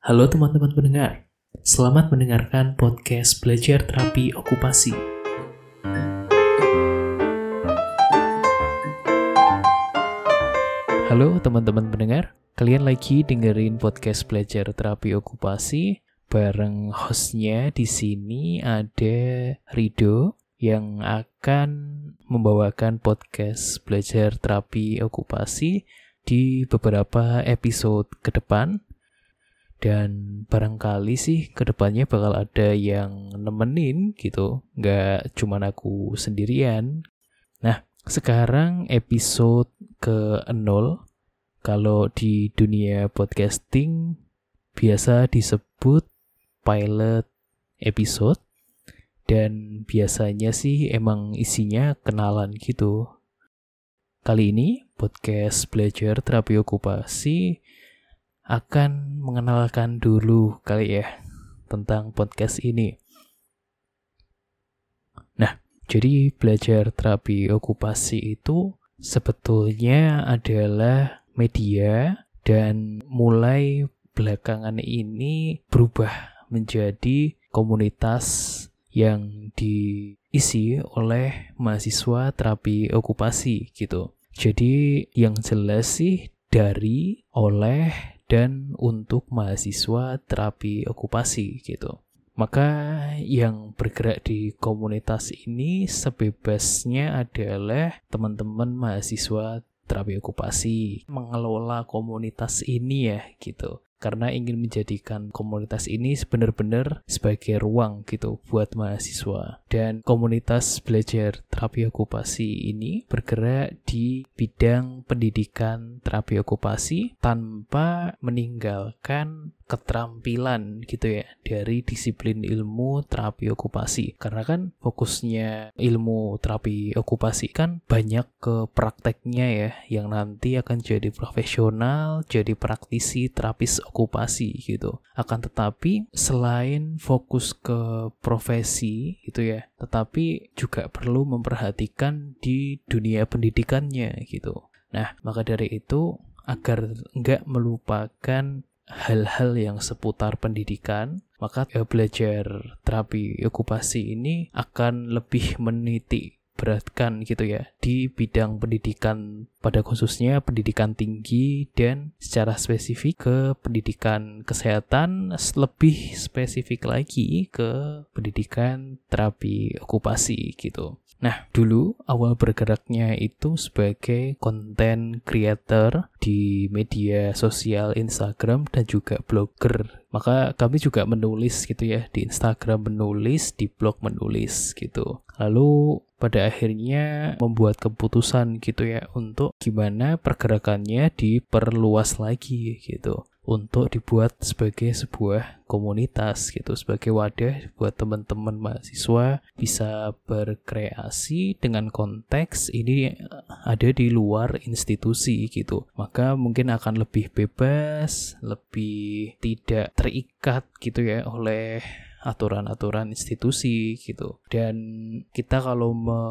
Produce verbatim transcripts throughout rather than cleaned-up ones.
Halo teman-teman pendengar, selamat mendengarkan podcast Belajar Terapi Okupasi. Halo teman-teman pendengar, kalian lagi dengerin podcast Belajar Terapi Okupasi bareng hostnya di sini ada Rido yang akan membawakan podcast Belajar Terapi Okupasi di beberapa episode ke depan. Dan barangkali sih kedepannya bakal ada yang nemenin gitu, nggak cuma aku sendirian. Nah, sekarang episode ke nol, kalau di dunia podcasting biasa disebut pilot episode, dan biasanya sih emang isinya kenalan gitu. Kali ini podcast Belajar Terapi Okupasi akan mengenalkan dulu kali ya tentang podcast ini. Nah, jadi Belajar Terapi Okupasi itu sebetulnya adalah media dan mulai belakangan ini berubah menjadi komunitas yang diisi oleh mahasiswa terapi okupasi gitu. Jadi yang jelas sih dari, oleh, dan untuk mahasiswa terapi okupasi gitu. Maka yang bergerak di komunitas ini sebebasnya adalah teman-teman mahasiswa terapi okupasi mengelola komunitas ini ya gitu. Karena ingin menjadikan komunitas ini benar-benar sebagai ruang gitu buat mahasiswa. Dan komunitas Belajar Terapi Okupasi ini bergerak di bidang pendidikan terapi okupasi tanpa meninggalkan keterampilan gitu ya dari disiplin ilmu terapi okupasi. Karena kan fokusnya ilmu terapi okupasi kan banyak ke prakteknya ya, yang nanti akan jadi profesional, jadi praktisi terapis okupasi gitu. Akan tetapi selain fokus ke profesi gitu ya, tetapi juga perlu memperhatikan di dunia pendidikannya gitu. Nah, maka dari itu agar enggak melupakan hal-hal yang seputar pendidikan, maka ya, belajar terapi okupasi ini akan lebih menitik beratkan gitu ya di bidang pendidikan, pada khususnya pendidikan tinggi dan secara spesifik ke pendidikan kesehatan, lebih spesifik lagi ke pendidikan terapi okupasi gitu. Nah, dulu awal bergeraknya itu sebagai content creator di media sosial Instagram dan juga blogger. Maka kami juga menulis gitu ya, di Instagram menulis, di blog menulis gitu. Lalu pada akhirnya membuat keputusan gitu ya untuk gimana pergerakannya diperluas lagi gitu, untuk dibuat sebagai sebuah komunitas gitu, sebagai wadah buat teman-teman mahasiswa bisa berkreasi dengan konteks ini ada di luar institusi gitu. Maka mungkin akan lebih bebas, lebih tidak terikat gitu ya oleh aturan-aturan institusi gitu. Dan kita kalau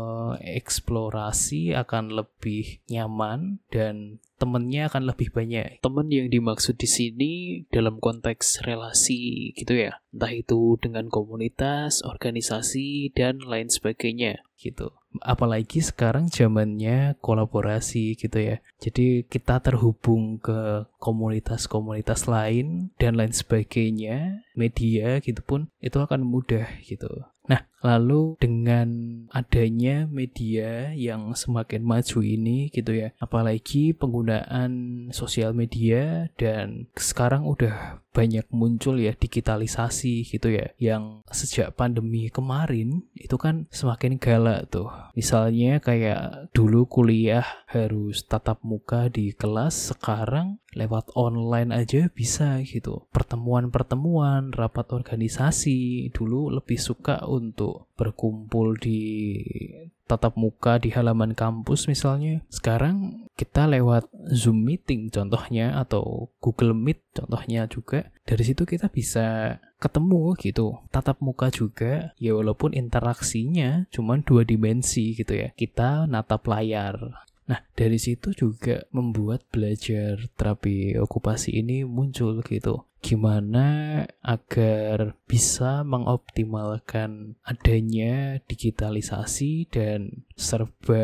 mengeksplorasi akan lebih nyaman dan temennya akan lebih banyak. Temen yang dimaksud di sini dalam konteks relasi gitu ya. Entah itu dengan komunitas, organisasi, dan lain sebagainya gitu. Apalagi sekarang zamannya kolaborasi gitu ya. Jadi kita terhubung ke komunitas-komunitas lain dan lain sebagainya, media gitu pun itu akan mudah gitu. Nah, lalu dengan adanya media yang semakin maju ini gitu ya, apalagi penggunaan sosial media, dan sekarang udah banyak muncul ya digitalisasi gitu ya, yang sejak pandemi kemarin itu kan semakin galak tuh. Misalnya kayak dulu kuliah harus tatap muka di kelas, sekarang lewat online aja bisa gitu. Pertemuan-pertemuan, rapat organisasi, dulu lebih suka untuk berkumpul di tatap muka di halaman kampus misalnya. Sekarang kita lewat Zoom meeting contohnya, atau Google Meet contohnya juga. Dari situ kita bisa ketemu gitu, tatap muka juga, ya walaupun interaksinya cuma dua dimensi gitu ya. Kita natap layar. Nah, dari situ juga membuat belajar terapi okupasi ini muncul gitu. Gimana agar bisa mengoptimalkan adanya digitalisasi dan serba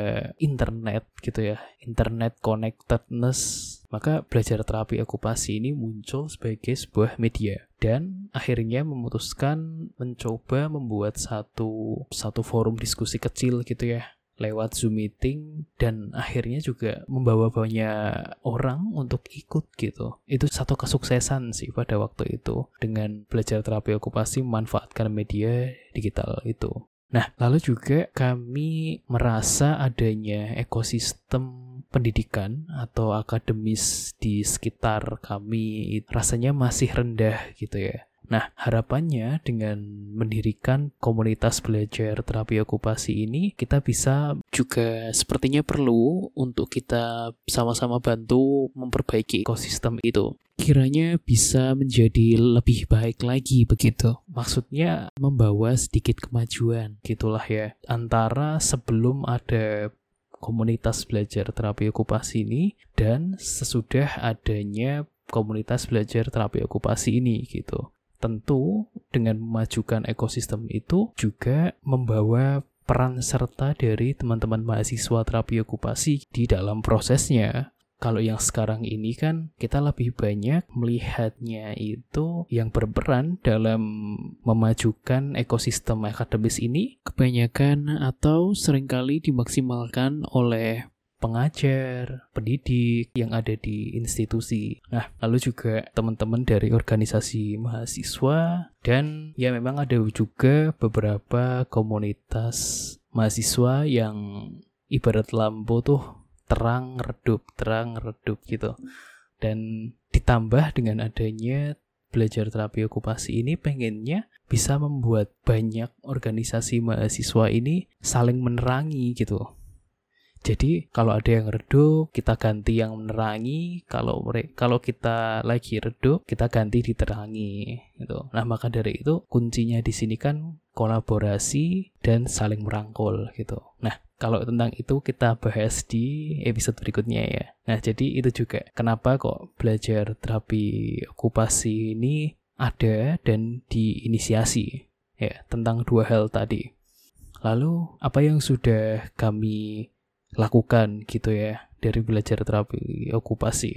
internet gitu ya, internet connectedness. Maka belajar terapi okupasi ini muncul sebagai sebuah media. Dan akhirnya memutuskan mencoba membuat satu satu forum diskusi kecil gitu ya, lewat Zoom meeting, dan akhirnya juga membawa banyak orang untuk ikut gitu. Itu satu kesuksesan sih pada waktu itu dengan belajar terapi okupasi memanfaatkan media digital itu. Nah, lalu juga kami merasa adanya ekosistem pendidikan atau akademis di sekitar kami rasanya masih rendah gitu ya. Nah, harapannya dengan mendirikan komunitas belajar terapi okupasi ini, kita bisa juga sepertinya perlu untuk kita sama-sama bantu memperbaiki ekosistem itu. Kiranya bisa menjadi lebih baik lagi begitu. Maksudnya membawa sedikit kemajuan gitulah ya. Antara sebelum ada komunitas belajar terapi okupasi ini dan sesudah adanya komunitas belajar terapi okupasi ini gitu. Tentu dengan memajukan ekosistem itu juga membawa peran serta dari teman-teman mahasiswa terapi okupasi di dalam prosesnya. Kalau yang sekarang ini kan kita lebih banyak melihatnya itu yang berperan dalam memajukan ekosistem akademis ini kebanyakan atau seringkali dimaksimalkan oleh pengajar, pendidik yang ada di institusi. Nah, lalu juga teman-teman dari organisasi mahasiswa, dan ya memang ada juga beberapa komunitas mahasiswa yang ibarat lampu tuh terang redup, terang redup gitu. Dan ditambah dengan adanya belajar terapi okupasi ini, pengennya bisa membuat banyak organisasi mahasiswa ini saling menerangi gitu. Jadi kalau ada yang redup, kita ganti yang menerangi. Kalau kalau kita lagi redup, kita ganti diterangi. Gitu. Nah, maka dari itu kuncinya di sini kan kolaborasi dan saling merangkul gitu. Nah, kalau tentang itu kita bahas di episode berikutnya ya. Nah, jadi itu juga kenapa kok belajar terapi okupasi ini ada dan diinisiasi ya, tentang dua hal tadi. Lalu apa yang sudah kami lakukan gitu ya dari belajar terapi okupasi.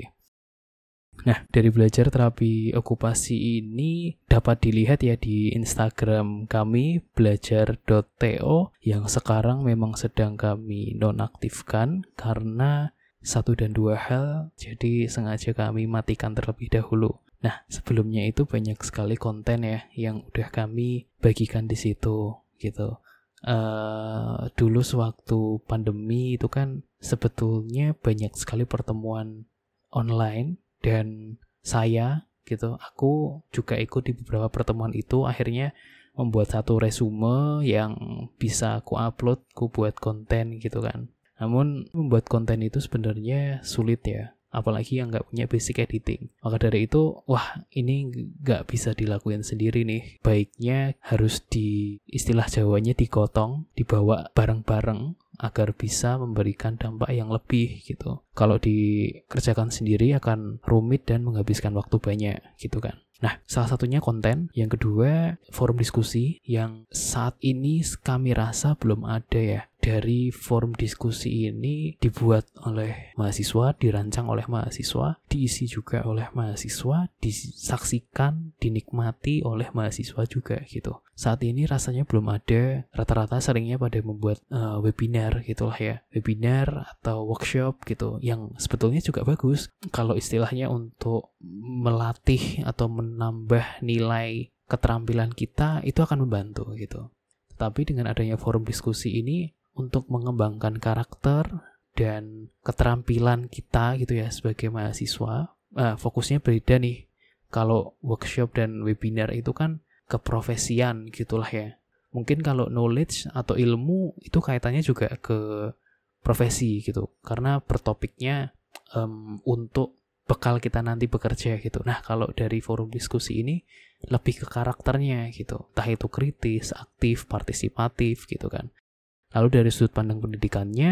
Nah, dari belajar terapi okupasi ini dapat dilihat ya di Instagram kami belajar dot to yang sekarang memang sedang kami nonaktifkan karena satu dan dua hal, jadi sengaja kami matikan terlebih dahulu. Nah, sebelumnya itu banyak sekali konten ya yang udah kami bagikan di situ gitu. Uh, dulu sewaktu pandemi itu kan sebetulnya banyak sekali pertemuan online dan saya gitu, aku juga ikut di beberapa pertemuan itu, akhirnya membuat satu resume yang bisa aku upload, aku buat konten gitu kan. Namun membuat konten itu sebenarnya sulit ya, apalagi yang nggak punya basic editing. Maka dari itu, wah ini nggak bisa dilakuin sendiri nih. Baiknya harus di istilah Jawanya digotong, dibawa bareng-bareng agar bisa memberikan dampak yang lebih gitu. Kalau dikerjakan sendiri akan rumit dan menghabiskan waktu banyak gitu kan. Nah, salah satunya konten, yang kedua forum diskusi yang saat ini kami rasa belum ada ya. Dari forum diskusi ini dibuat oleh mahasiswa, dirancang oleh mahasiswa, diisi juga oleh mahasiswa, disaksikan, dinikmati oleh mahasiswa juga gitu. Saat ini rasanya belum ada, rata-rata seringnya pada membuat uh, webinar gitulah ya. Webinar atau workshop gitu, yang sebetulnya juga bagus. Kalau istilahnya untuk melatih atau menambah nilai keterampilan kita, itu akan membantu gitu. Tapi dengan adanya forum diskusi ini, untuk mengembangkan karakter dan keterampilan kita gitu ya sebagai mahasiswa, uh, fokusnya beda nih. Kalau workshop dan webinar itu kan keprofesian gitulah ya. Mungkin kalau knowledge atau ilmu itu kaitannya juga ke profesi gitu, karena per topiknya um, untuk bekal kita nanti bekerja gitu. Nah, kalau dari forum diskusi ini lebih ke karakternya gitu, entah itu kritis, aktif, partisipatif gitu kan. Lalu dari sudut pandang pendidikannya,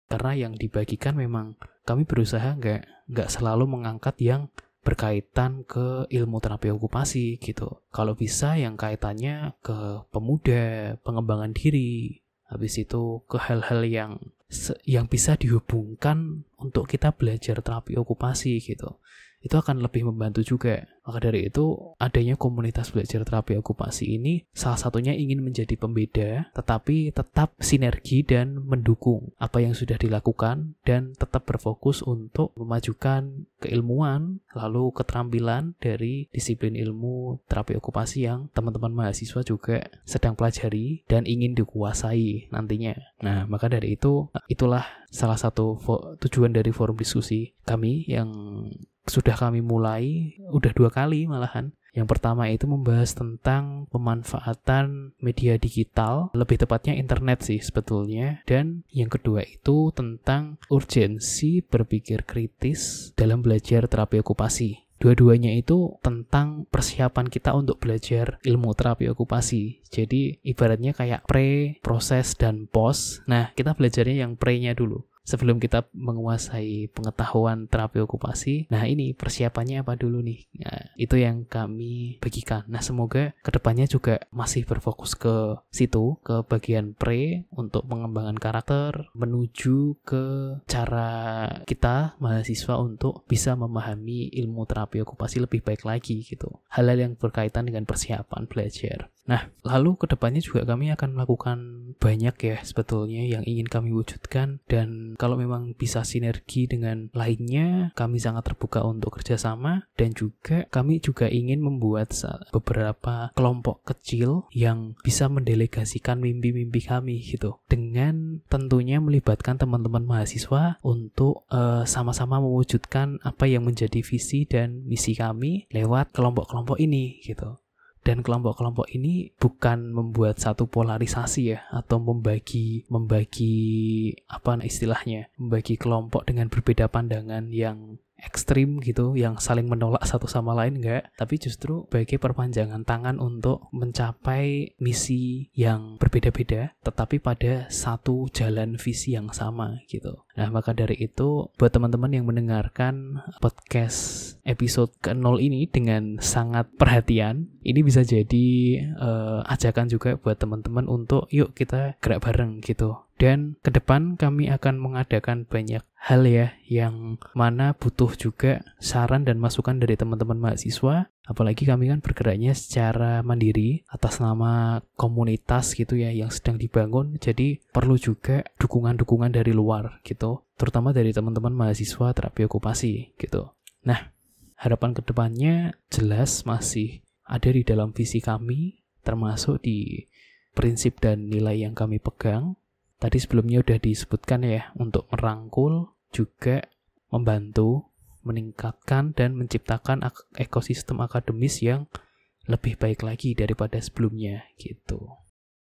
Karena yang dibagikan memang kami berusaha nggak nggak selalu mengangkat yang berkaitan ke ilmu terapi okupasi gitu. Kalau bisa yang kaitannya ke pemuda, pengembangan diri, habis itu ke hal-hal yang yang bisa dihubungkan untuk kita belajar terapi okupasi gitu. Itu akan lebih membantu juga. Maka dari itu, adanya komunitas belajar terapi okupasi ini salah satunya ingin menjadi pembeda, tetapi tetap sinergi dan mendukung apa yang sudah dilakukan dan tetap berfokus untuk memajukan keilmuan, lalu keterampilan dari disiplin ilmu terapi okupasi yang teman-teman mahasiswa juga sedang pelajari dan ingin dikuasai nantinya. Nah, maka dari itu, itulah salah satu fo- tujuan dari forum diskusi kami yang sudah kami mulai, udah dua kali malahan. Yang pertama itu membahas tentang pemanfaatan media digital, lebih tepatnya internet sih sebetulnya. Dan yang kedua itu tentang urgensi berpikir kritis dalam belajar terapi okupasi. Dua-duanya itu tentang persiapan kita untuk belajar ilmu terapi okupasi. Jadi ibaratnya kayak pre, proses, dan post. Nah, kita belajarnya yang pre-nya dulu. Sebelum kita menguasai pengetahuan terapi okupasi, nah ini persiapannya apa dulu nih? Nah, itu yang kami bagikan. Nah, semoga kedepannya juga masih berfokus ke situ, ke bagian pre untuk pengembangan karakter, menuju ke cara kita mahasiswa untuk bisa memahami ilmu terapi okupasi lebih baik lagi gitu. Hal-hal yang berkaitan dengan persiapan belajar. Nah, lalu kedepannya juga kami akan melakukan banyak ya sebetulnya yang ingin kami wujudkan, dan kalau memang bisa sinergi dengan lainnya, kami sangat terbuka untuk kerjasama, dan juga kami juga ingin membuat beberapa kelompok kecil yang bisa mendelegasikan mimpi-mimpi kami gitu, dengan tentunya melibatkan teman-teman mahasiswa untuk uh, sama-sama mewujudkan apa yang menjadi visi dan misi kami lewat kelompok-kelompok ini gitu. Dan kelompok-kelompok ini bukan membuat satu polarisasi ya, atau membagi membagi apa istilahnya, membagi kelompok dengan berbeda pandangan yang ekstrim gitu, yang saling menolak satu sama lain, enggak, tapi justru sebagai perpanjangan tangan untuk mencapai misi yang berbeda-beda tetapi pada satu jalan visi yang sama gitu. Nah, maka dari itu buat teman-teman yang mendengarkan podcast episode ke nol ini dengan sangat perhatian, ini bisa jadi uh, ajakan juga buat teman-teman untuk yuk kita gerak bareng gitu. Dan ke depan kami akan mengadakan banyak hal ya, yang mana butuh juga saran dan masukan dari teman-teman mahasiswa. Apalagi kami kan bergeraknya secara mandiri atas nama komunitas gitu ya, yang sedang dibangun. Jadi perlu juga dukungan-dukungan dari luar gitu, terutama dari teman-teman mahasiswa terapi okupasi gitu. Nah, harapan ke depannya jelas masih ada di dalam visi kami, termasuk di prinsip dan nilai yang kami pegang. Tadi sebelumnya udah disebutkan ya, untuk merangkul, juga membantu, meningkatkan, dan menciptakan ak- ekosistem akademis yang lebih baik lagi daripada sebelumnya gitu.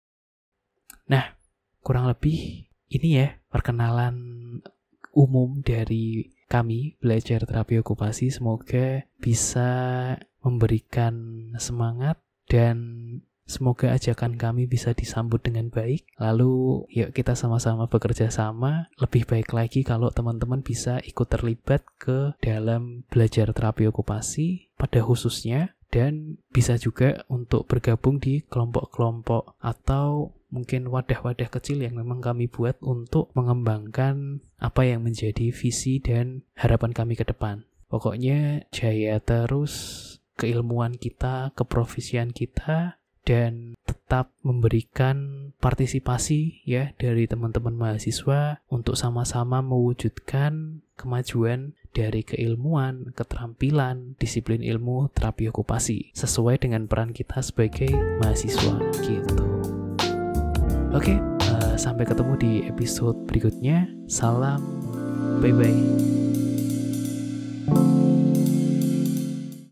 Nah, kurang lebih ini ya perkenalan umum dari kami belajar terapi okupasi. Semoga bisa memberikan semangat dan semoga ajakan kami bisa disambut dengan baik. Lalu yuk kita sama-sama bekerja sama. Lebih baik lagi kalau teman-teman bisa ikut terlibat ke dalam belajar terapi okupasi pada khususnya, dan bisa juga untuk bergabung di kelompok-kelompok atau mungkin wadah-wadah kecil yang memang kami buat untuk mengembangkan apa yang menjadi visi dan harapan kami ke depan. Pokoknya jaya terus keilmuan kita, keprofesian kita, dan tetap memberikan partisipasi ya dari teman-teman mahasiswa untuk sama-sama mewujudkan kemajuan dari keilmuan, keterampilan, disiplin ilmu terapi okupasi sesuai dengan peran kita sebagai mahasiswa gitu. Oke, uh, sampai ketemu di episode berikutnya. Salam, bye-bye.